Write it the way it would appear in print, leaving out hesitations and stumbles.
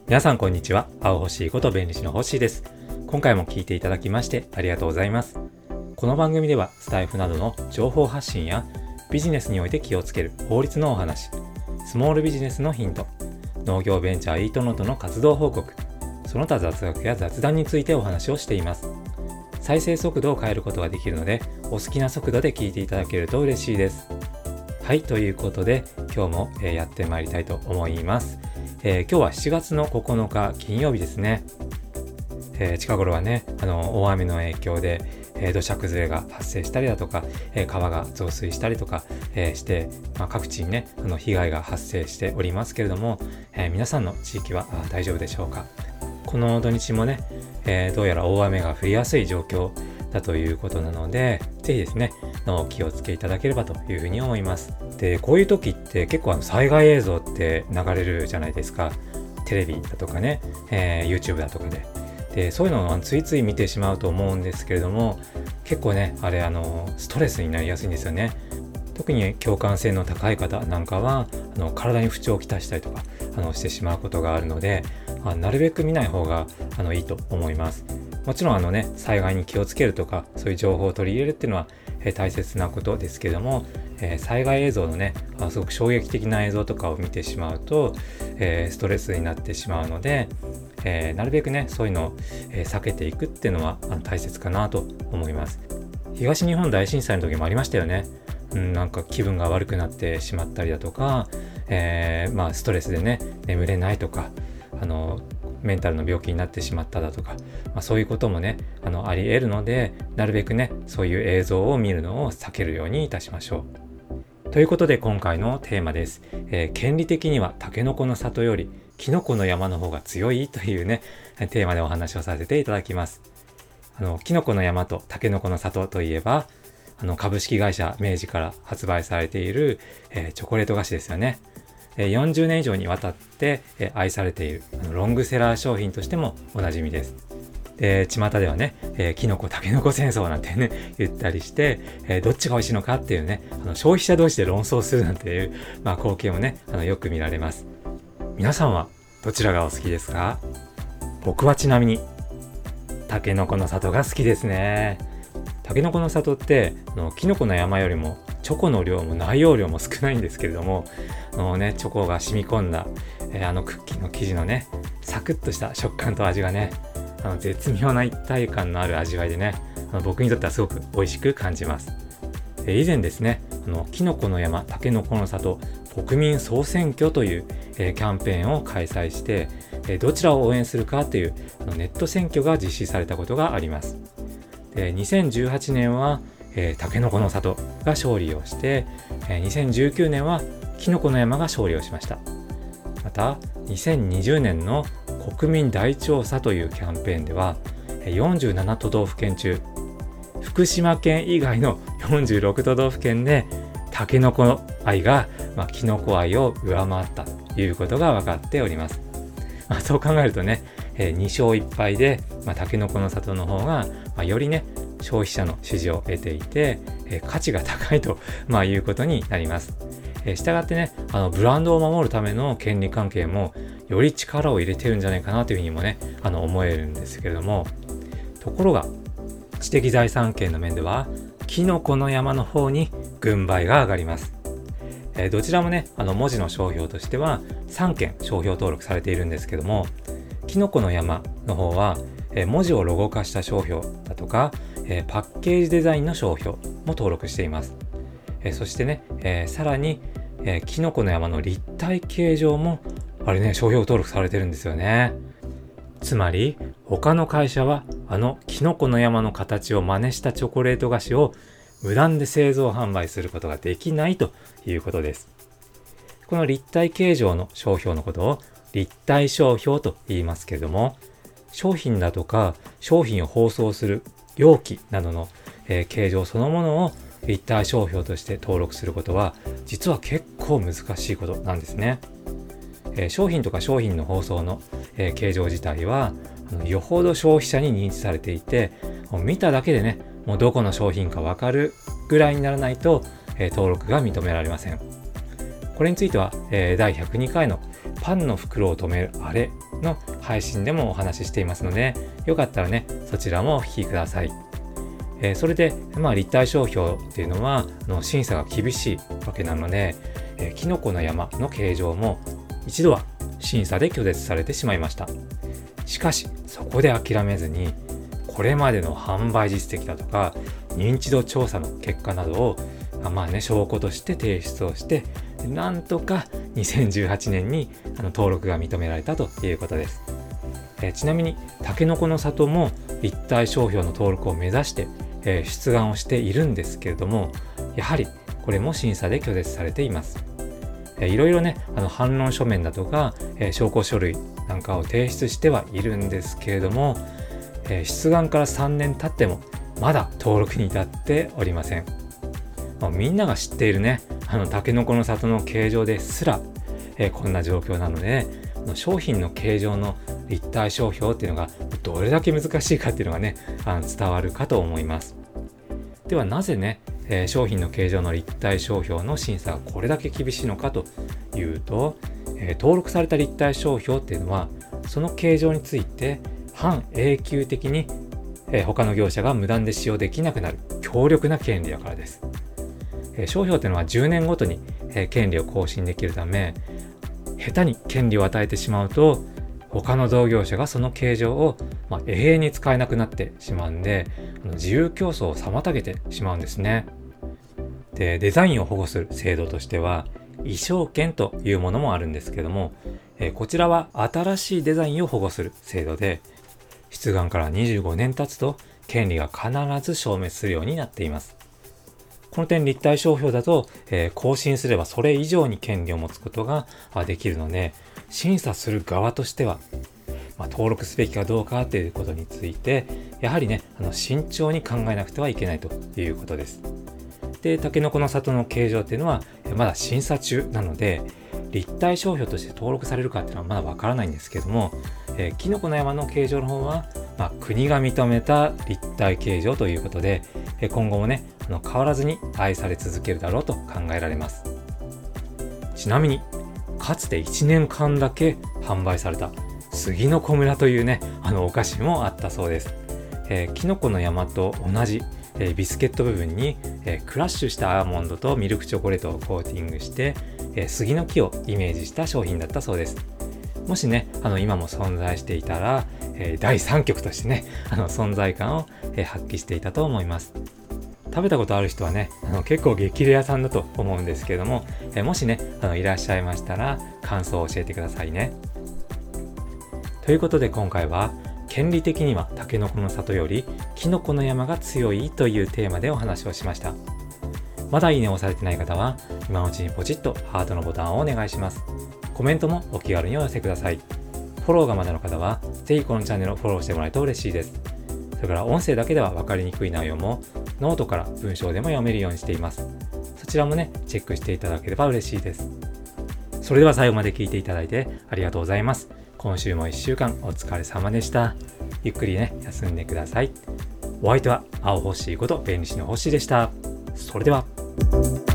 皆さんこんにちは。青欲しいこと弁理士の星です。今回も聞いていただきましてありがとうございます。この番組ではスタイフなどの情報発信やビジネスにおいて気をつける法律のお話、スモールビジネスのヒント、農業ベンチャーイートノートの活動報告、その他雑学や雑談についてお話をしています。再生速度を変えることができるので、お好きな速度で聞いていただけると嬉しいです。はい、ということで今日もやってまいりたいと思います。今日は7月の9日金曜日ですね。近頃はね、大雨の影響で、土砂崩れが発生したりだとか、川が増水したりとか、して、各地にね被害が発生しておりますけれども、皆さんの地域は大丈夫でしょうか。この土日もね、どうやら大雨が降りやすい状況だということなので、ぜひですねお気をつけいただければというふうに思います。で、こういう時って結構災害映像って流れるじゃないですか。テレビだとかね、YouTube だとかでそういうのをついつい見てしまうと思うんですけれども、結構ねあれストレスになりやすいんですよね。特に共感性の高い方なんかは体に不調をきたしたりとかしてしまうことがあるので、なるべく見ない方がいいと思います。もちろん災害に気をつけるとか、そういう情報を取り入れるっていうのは大切なことですけども、災害映像のねすごく衝撃的な映像とかを見てしまうと、ストレスになってしまうので、なるべくねそういうのを、避けていくっていうのは大切かなと思います。東日本大震災の時もありましたよね。なんか気分が悪くなってしまったりだとか、ストレスでね眠れないとか、メンタルの病気になってしまっただとか、そういうこともねあり得るので、なるべくねそういう映像を見るのを避けるようにいたしましょう。ということで今回のテーマです。権利的にはタケノコの里よりキノコの山の方が強いというねテーマでお話をさせていただきます。キノコの山とタケノコの里といえば、株式会社明治から発売されている、チョコレート菓子ですよね。40年以上にわたって愛されているロングセラー商品としてもおなじみです。巷ではね、キノコタケノコ戦争なんてね言ったりして、どっちが美味しいのかっていうね消費者同士で論争するなんていう、光景もねよく見られます。皆さんはどちらがお好きですか？僕はちなみにタケノコの里が好きですね。タケノコの里ってキノコの山よりもチョコの量も内容量も少ないんですけれども、チョコが染み込んだ、クッキーの生地のねサクッとした食感と味がね絶妙な一体感のある味わいでね僕にとってはすごく美味しく感じます。以前ですねキノコの山タケノコの里国民総選挙という、キャンペーンを開催して、どちらを応援するかというネット選挙が実施されたことがあります。2018年はタケノコの里が勝利をして、2019年はキノコの山が勝利をしました。また2020年の国民大調査というキャンペーンでは47都道府県中福島県以外の46都道府県でタケノコ愛が、キノコ愛を上回ったということが分かっております。そう考えるとね、2勝1敗で、タケノコの里の方が、よりね消費者の支持を得ていて、価値が高いと、いうことになります。したがってねブランドを守るための権利関係もより力を入れてるんじゃないかなというふうにもね思えるんですけれども、ところが知的財産権の面ではキノコの山の方に軍配が上がります。どちらもね文字の商標としては3件商標登録されているんですけども、キノコの山の方は文字をロゴ化した商標だとかパッケージデザインの商標も登録しています。そしてね、さらにキノコの山の立体形状もあれね商標登録されてるんですよね。つまり他の会社はキノコの山の形を真似したチョコレート菓子を無断で製造販売することができないということです。この立体形状の商標のことを立体商標と言いますけれども、商品だとか商品を包装する容器などの、形状そのものを立体商標として登録することは実は結構難しいことなんですね。商品とか商品の包装の、形状自体はよほど消費者に認知されていて、見ただけでねもうどこの商品か分かるぐらいにならないと、登録が認められません。これについては、第102回のパンの袋を止めるあれの配信でもお話ししていますので、よかったらね、そちらもお聞きください。それで、立体商標っていうのは審査が厳しいわけなので、キノコの山の形状も一度は審査で拒絶されてしまいました。しかしそこで諦めずに、これまでの販売実績だとか認知度調査の結果などを証拠として提出をして、なんとか2018年に登録が認められたということです。ちなみにタケノコの里も立体商標の登録を目指して出願をしているんですけれども、やはりこれも審査で拒絶されています。いろいろね、反論書面だとか証拠書類なんかを提出してはいるんですけれども、出願から3年経ってもまだ登録に至っておりません。みんなが知っているね、タケノコの里の形状ですら、こんな状況なので、商品の形状の立体商標っていうのがどれだけ難しいかっていうのがね、伝わるかと思います。ではなぜね、商品の形状の立体商標の審査がこれだけ厳しいのかというと、登録された立体商標っていうのはその形状について半永久的に、他の業者が無断で使用できなくなる強力な権利だからです。商標っていうのは10年ごとに、権利を更新できるため、下手に権利を与えてしまうと他の同業者がその形状を、永遠に使えなくなってしまうんで、自由競争を妨げてしまうんですね。で、デザインを保護する制度としては意匠権というものもあるんですけども、こちらは新しいデザインを保護する制度で、出願から25年経つと権利が必ず消滅するようになっています。この点、立体商標だと、更新すればそれ以上に権利を持つことができるので、審査する側としては、登録すべきかどうかということについて、やはりね、慎重に考えなくてはいけないということです。で、タケノコの里の形状っていうのはまだ審査中なので、立体商標として登録されるかっていうのはまだわからないんですけども、キノコの山の形状の方は、国が認めた立体形状ということで、今後もね、変わらずに愛され続けるだろうと考えられます。ちなみにかつて1年間だけ販売された杉の小村というね、お菓子もあったそうです。キノコの山と同じ、ビスケット部分に、クラッシュしたアーモンドとミルクチョコレートをコーティングして、杉の木をイメージした商品だったそうです。もしね、今も存在していたら、第3局としてね、存在感を、発揮していたと思います。食べたことある人はね、結構激レアさんだと思うんですけども、もしね、いらっしゃいましたら感想を教えてくださいね。ということで今回は、権利的にはタケノコの里よりキノコの山が強いというテーマでお話をしました。まだいいねを押されてない方は、今のうちにポチッとハートのボタンをお願いします。コメントもお気軽にお寄せください。フォローがまだの方は、ぜひこのチャンネルをフォローしてもらえると嬉しいです。それから音声だけでは分かりにくい内容も、ノートから文章でも読めるようにしています。そちらもね、チェックしていただければ嬉しいです。それでは最後まで聞いていただいてありがとうございます。今週も1週間お疲れ様でした。ゆっくりね、休んでください。お相手は青星こと弁理士の星でした。それでは。